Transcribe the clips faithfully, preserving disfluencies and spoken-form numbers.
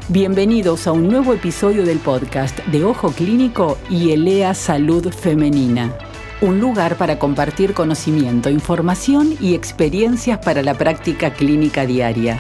Bienvenidos a un nuevo episodio del podcast de Ojo Clínico y Elea Salud Femenina. Un lugar para compartir conocimiento, información y experiencias para la práctica clínica diaria.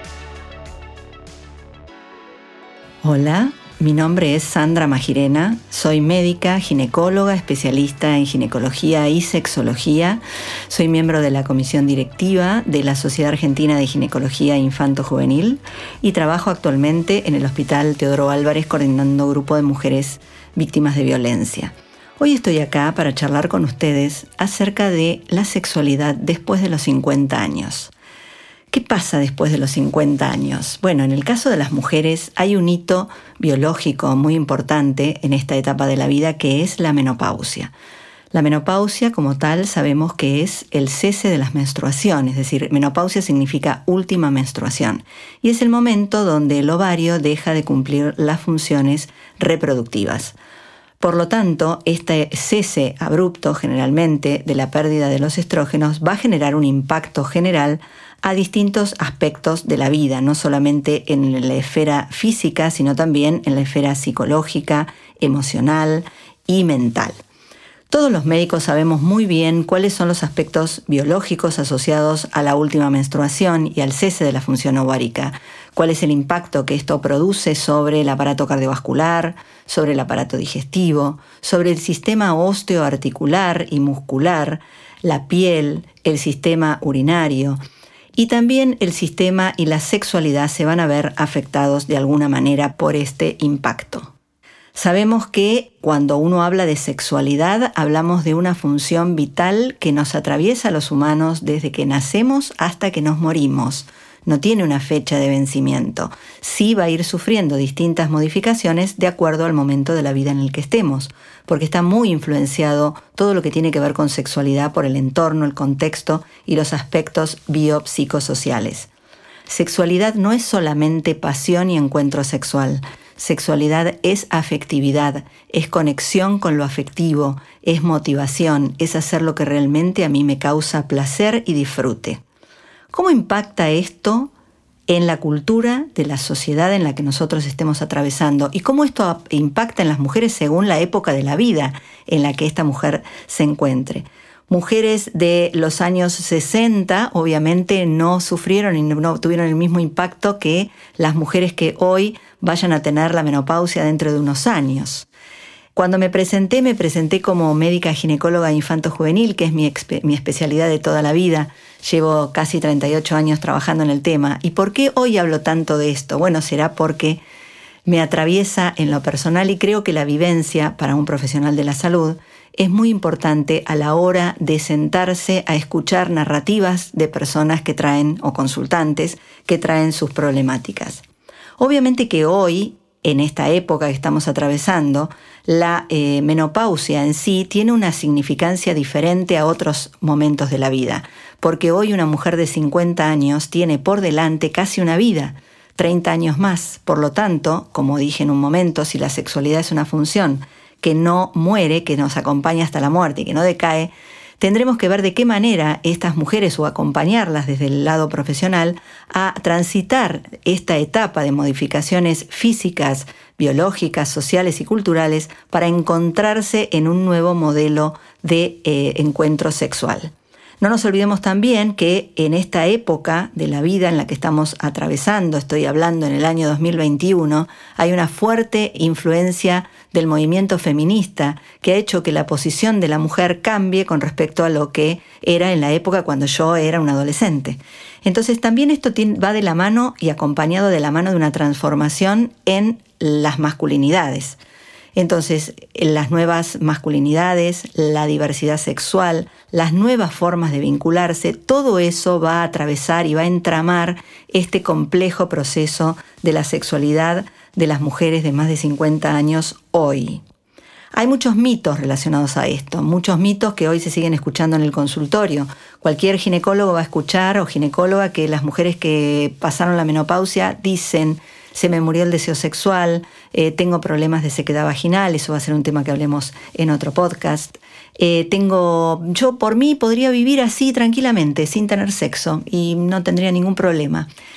Hola, mi nombre es Sandra Majirena, soy médica, ginecóloga, especialista en ginecología y sexología. Soy miembro de la comisión directiva de la Sociedad Argentina de Ginecología Infanto-Juvenil y trabajo actualmente en el Hospital Teodoro Álvarez coordinando grupo de mujeres víctimas de violencia. Hoy estoy acá para charlar con ustedes acerca de la sexualidad después de los cincuenta años. ¿Qué pasa después de los cincuenta años? Bueno, en el caso de las mujeres hay un hito biológico muy importante en esta etapa de la vida que es la menopausia. La menopausia como tal sabemos que es el cese de las menstruaciones, es decir, menopausia significa última menstruación y es el momento donde el ovario deja de cumplir las funciones reproductivas. Por lo tanto, este cese abrupto generalmente de la pérdida de los estrógenos va a generar un impacto general a distintos aspectos de la vida, no solamente en la esfera física, sino también en la esfera psicológica, emocional y mental. Todos los médicos sabemos muy bien cuáles son los aspectos biológicos asociados a la última menstruación y al cese de la función ovárica, cuál es el impacto que esto produce sobre el aparato cardiovascular, sobre el aparato digestivo, sobre el sistema osteoarticular y muscular, la piel, el sistema urinario. Y también el sistema y la sexualidad se van a ver afectados de alguna manera por este impacto. Sabemos que cuando uno habla de sexualidad, hablamos de una función vital que nos atraviesa a los humanos desde que nacemos hasta que nos morimos. No tiene una fecha de vencimiento. Sí va a ir sufriendo distintas modificaciones de acuerdo al momento de la vida en el que estemos, porque está muy influenciado todo lo que tiene que ver con sexualidad por el entorno, el contexto y los aspectos biopsicosociales. Sexualidad no es solamente pasión y encuentro sexual. Sexualidad es afectividad, es conexión con lo afectivo, es motivación, es hacer lo que realmente a mí me causa placer y disfrute. ¿Cómo impacta esto en la cultura de la sociedad en la que nosotros estemos atravesando? ¿Y cómo esto impacta en las mujeres según la época de la vida en la que esta mujer se encuentre? Mujeres de los años sesenta obviamente no sufrieron y no tuvieron el mismo impacto que las mujeres que hoy vayan a tener la menopausia dentro de unos años. Cuando me presenté, me presenté como médica ginecóloga infanto-juvenil, que es mi, expe- mi especialidad de toda la vida. Llevo casi treinta y ocho años trabajando en el tema. ¿Y por qué hoy hablo tanto de esto? Bueno, será porque me atraviesa en lo personal y creo que la vivencia para un profesional de la salud es muy importante a la hora de sentarse a escuchar narrativas de personas que traen, o consultantes, que traen sus problemáticas. Obviamente que hoy, en esta época que estamos atravesando, la eh, menopausia en sí tiene una significancia diferente a otros momentos de la vida, porque hoy una mujer de cincuenta años tiene por delante casi una vida, treinta años más. Por lo tanto, como dije en un momento, si la sexualidad es una función que no muere, que nos acompaña hasta la muerte y que no decae, tendremos que ver de qué manera estas mujeres o acompañarlas desde el lado profesional a transitar esta etapa de modificaciones físicas, biológicas, sociales y culturales para encontrarse en un nuevo modelo de eh, encuentro sexual. No nos olvidemos también que en esta época de la vida en la que estamos atravesando, estoy hablando en el año dos mil veintiuno, hay una fuerte influencia del movimiento feminista que ha hecho que la posición de la mujer cambie con respecto a lo que era en la época cuando yo era una adolescente. Entonces también esto tiene, va de la mano y acompañado de la mano de una transformación en las masculinidades. Entonces, las nuevas masculinidades, la diversidad sexual, las nuevas formas de vincularse, todo eso va a atravesar y va a entramar este complejo proceso de la sexualidad de las mujeres de más de cincuenta años hoy. Hay muchos mitos relacionados a esto, muchos mitos que hoy se siguen escuchando en el consultorio. Cualquier ginecólogo va a escuchar o ginecóloga que las mujeres que pasaron la menopausia dicen: se me murió el deseo sexual, eh, tengo problemas de sequedad vaginal, eso va a ser un tema que hablemos en otro podcast. Eh, tengo, yo por mí podría vivir así tranquilamente, sin tener sexo, y no tendría ningún problema.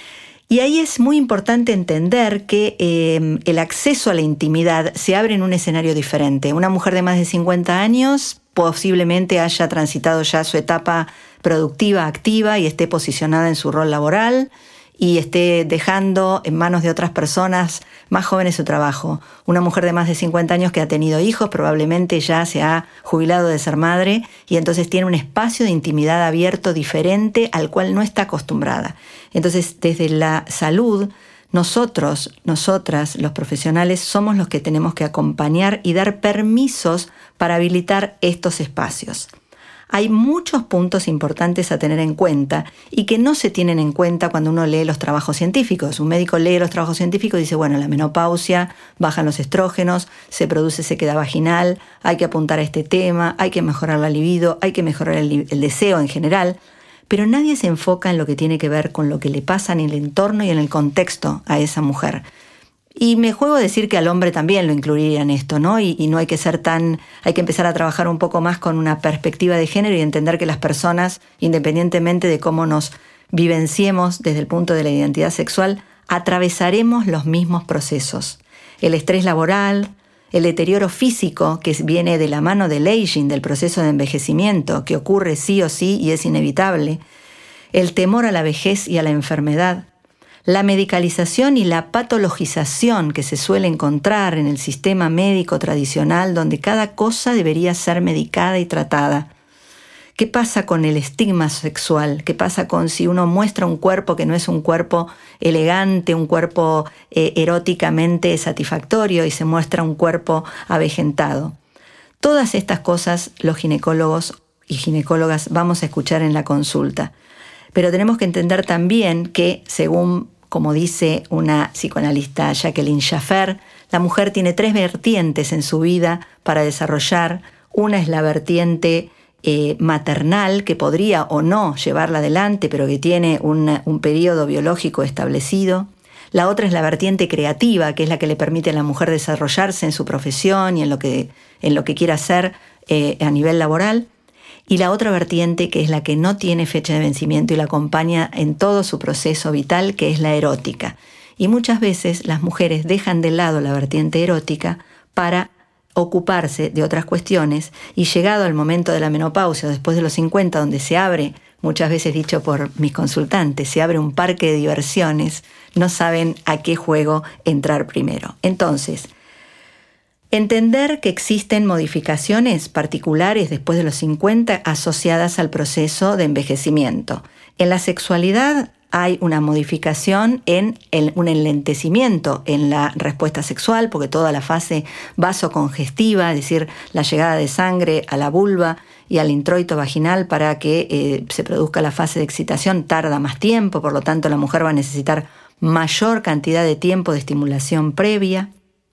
Y ahí es muy importante entender que eh, el acceso a la intimidad se abre en un escenario diferente. Una mujer de más de cincuenta años posiblemente haya transitado ya su etapa productiva, activa, y esté posicionada en su rol laboral y esté dejando en manos de otras personas más jóvenes su trabajo. Una mujer de más de cincuenta años que ha tenido hijos probablemente ya se ha jubilado de ser madre y entonces tiene un espacio de intimidad abierto diferente al cual no está acostumbrada. Entonces, desde la salud, nosotros, nosotras, los profesionales, somos los que tenemos que acompañar y dar permisos para habilitar estos espacios. Hay muchos puntos importantes a tener en cuenta y que no se tienen en cuenta cuando uno lee los trabajos científicos. Un médico lee los trabajos científicos y dice, bueno, la menopausia, bajan los estrógenos, se produce sequedad vaginal, hay que apuntar a este tema, hay que mejorar la libido, hay que mejorar el, el deseo en general, pero nadie se enfoca en lo que tiene que ver con lo que le pasa en el entorno y en el contexto a esa mujer. Y me juego a decir que al hombre también lo incluiría en esto, ¿no? Y, y no hay que ser tan, hay que empezar a trabajar un poco más con una perspectiva de género y entender que las personas, independientemente de cómo nos vivenciemos desde el punto de la identidad sexual, atravesaremos los mismos procesos. El estrés laboral, el deterioro físico que viene de la mano del aging, del proceso de envejecimiento, que ocurre sí o sí y es inevitable, el temor a la vejez y a la enfermedad, la medicalización y la patologización que se suele encontrar en el sistema médico tradicional, donde cada cosa debería ser medicada y tratada. ¿Qué pasa con el estigma sexual? ¿Qué pasa con si uno muestra un cuerpo que no es un cuerpo elegante, un cuerpo eh, eróticamente satisfactorio y se muestra un cuerpo avejentado? Todas estas cosas los ginecólogos y ginecólogas vamos a escuchar en la consulta. Pero tenemos que entender también que, según como dice una psicoanalista, Jacqueline Schaffer, la mujer tiene tres vertientes en su vida para desarrollar. Una es la vertiente eh, maternal, que podría o no llevarla adelante, pero que tiene un, un periodo biológico establecido. La otra es la vertiente creativa, que es la que le permite a la mujer desarrollarse en su profesión y en lo que, en lo que quiera hacer eh, a nivel laboral. Y la otra vertiente, que es la que no tiene fecha de vencimiento y la acompaña en todo su proceso vital, que es la erótica. Y muchas veces las mujeres dejan de lado la vertiente erótica para ocuparse de otras cuestiones y llegado al momento de la menopausia, después de los cincuenta, donde se abre, muchas veces dicho por mis consultantes, se abre un parque de diversiones, no saben a qué juego entrar primero. Entonces, entender que existen modificaciones particulares después de los cincuenta asociadas al proceso de envejecimiento. En la sexualidad hay una modificación en el, un enlentecimiento en la respuesta sexual, porque toda la fase vasocongestiva, es decir, la llegada de sangre a la vulva y al introito vaginal para que eh, se produzca la fase de excitación, tarda más tiempo, por lo tanto la mujer va a necesitar mayor cantidad de tiempo de estimulación previa.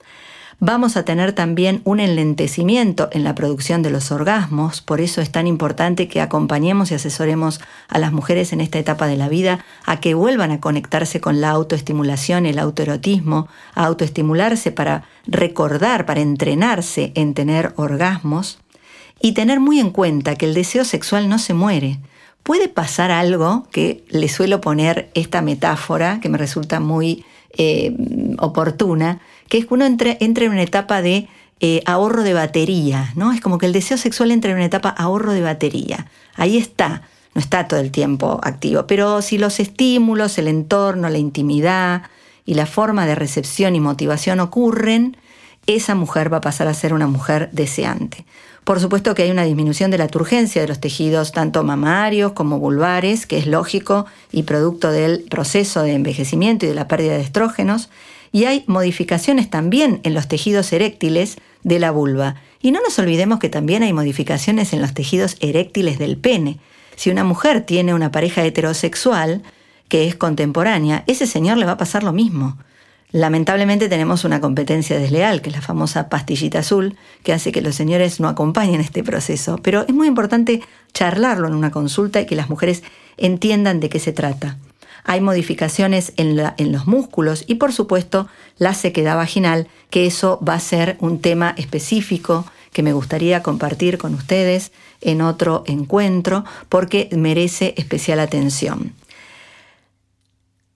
Vamos a tener también un enlentecimiento en la producción de los orgasmos, por eso es tan importante que acompañemos y asesoremos a las mujeres en esta etapa de la vida a que vuelvan a conectarse con la autoestimulación, el autoerotismo, a autoestimularse para recordar, para entrenarse en tener orgasmos y tener muy en cuenta que el deseo sexual no se muere. Puede pasar algo que le suelo poner esta metáfora que me resulta muy eh, oportuna, que es que uno entra, entra en una etapa de eh, ahorro de batería, ¿no? Es como que el deseo sexual entra en una etapa ahorro de batería. Ahí está, no está todo el tiempo activo, pero si los estímulos, el entorno, la intimidad y la forma de recepción y motivación ocurren, esa mujer va a pasar a ser una mujer deseante. Por supuesto que hay una disminución de la turgencia de los tejidos tanto mamarios como vulvares, que es lógico y producto del proceso de envejecimiento y de la pérdida de estrógenos, y hay modificaciones también en los tejidos eréctiles de la vulva. Y no nos olvidemos que también hay modificaciones en los tejidos eréctiles del pene. Si una mujer tiene una pareja heterosexual que es contemporánea, ese señor le va a pasar lo mismo. Lamentablemente tenemos una competencia desleal, que es la famosa pastillita azul, que hace que los señores no acompañen este proceso. Pero es muy importante charlarlo en una consulta y que las mujeres entiendan de qué se trata. Hay modificaciones en, la, en los músculos y, por supuesto, la sequedad vaginal, que eso va a ser un tema específico que me gustaría compartir con ustedes en otro encuentro porque merece especial atención.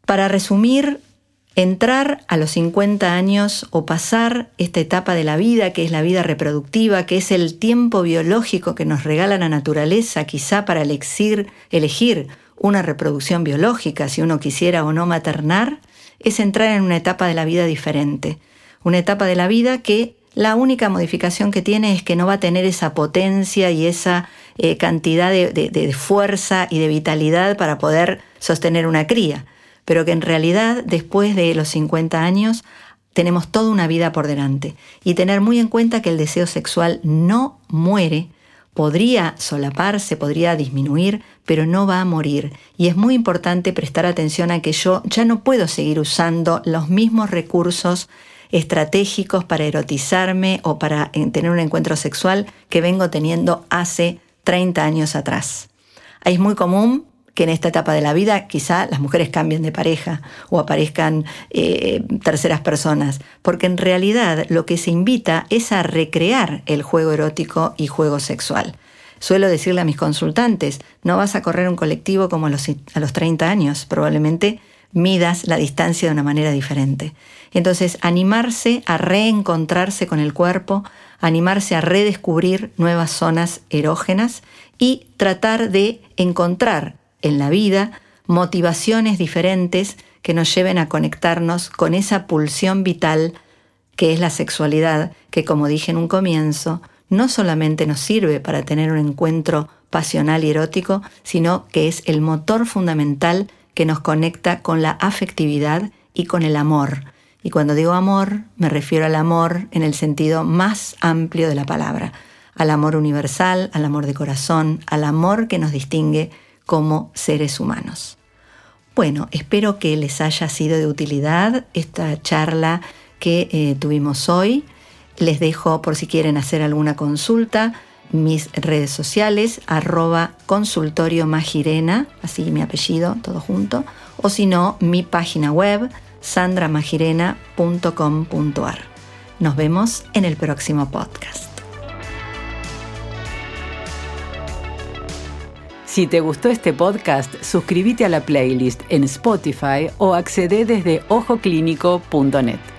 Para resumir, entrar a los cincuenta años o pasar esta etapa de la vida, que es la vida reproductiva, que es el tiempo biológico que nos regala la naturaleza, quizá para elegir, elegir una reproducción biológica, si uno quisiera o no maternar, es entrar en una etapa de la vida diferente. Una etapa de la vida que la única modificación que tiene es que no va a tener esa potencia y esa eh, cantidad de, de, de fuerza y de vitalidad para poder sostener una cría, pero que en realidad después de los cincuenta años tenemos toda una vida por delante. Y tener muy en cuenta que el deseo sexual no muere, podría solaparse, podría disminuir, pero no va a morir. Y es muy importante prestar atención a que yo ya no puedo seguir usando los mismos recursos estratégicos para erotizarme o para tener un encuentro sexual que vengo teniendo hace treinta años atrás. Ahí es muy común que en esta etapa de la vida quizá las mujeres cambien de pareja o aparezcan eh, terceras personas, porque en realidad lo que se invita es a recrear el juego erótico y juego sexual. Suelo decirle a mis consultantes, no vas a correr un colectivo como a los, a los treinta años, probablemente midas la distancia de una manera diferente. Entonces, animarse a reencontrarse con el cuerpo, animarse a redescubrir nuevas zonas erógenas y tratar de encontrar en la vida motivaciones diferentes que nos lleven a conectarnos con esa pulsión vital que es la sexualidad, que como dije en un comienzo, no solamente nos sirve para tener un encuentro pasional y erótico, sino que es el motor fundamental que nos conecta con la afectividad y con el amor. Y cuando digo amor, me refiero al amor en el sentido más amplio de la palabra, al amor universal, al amor de corazón, al amor que nos distingue como seres humanos. Bueno, espero que les haya sido de utilidad esta charla que eh, tuvimos hoy. Les dejo, por si quieren hacer alguna consulta, mis redes sociales, arroba consultorio magirena, así mi apellido, todo junto, o si no, mi página web, sandra magirena punto com punto a r. Nos vemos en el próximo podcast. Si te gustó este podcast, suscríbete a la playlist en Spotify o accede desde ojo clínico punto net.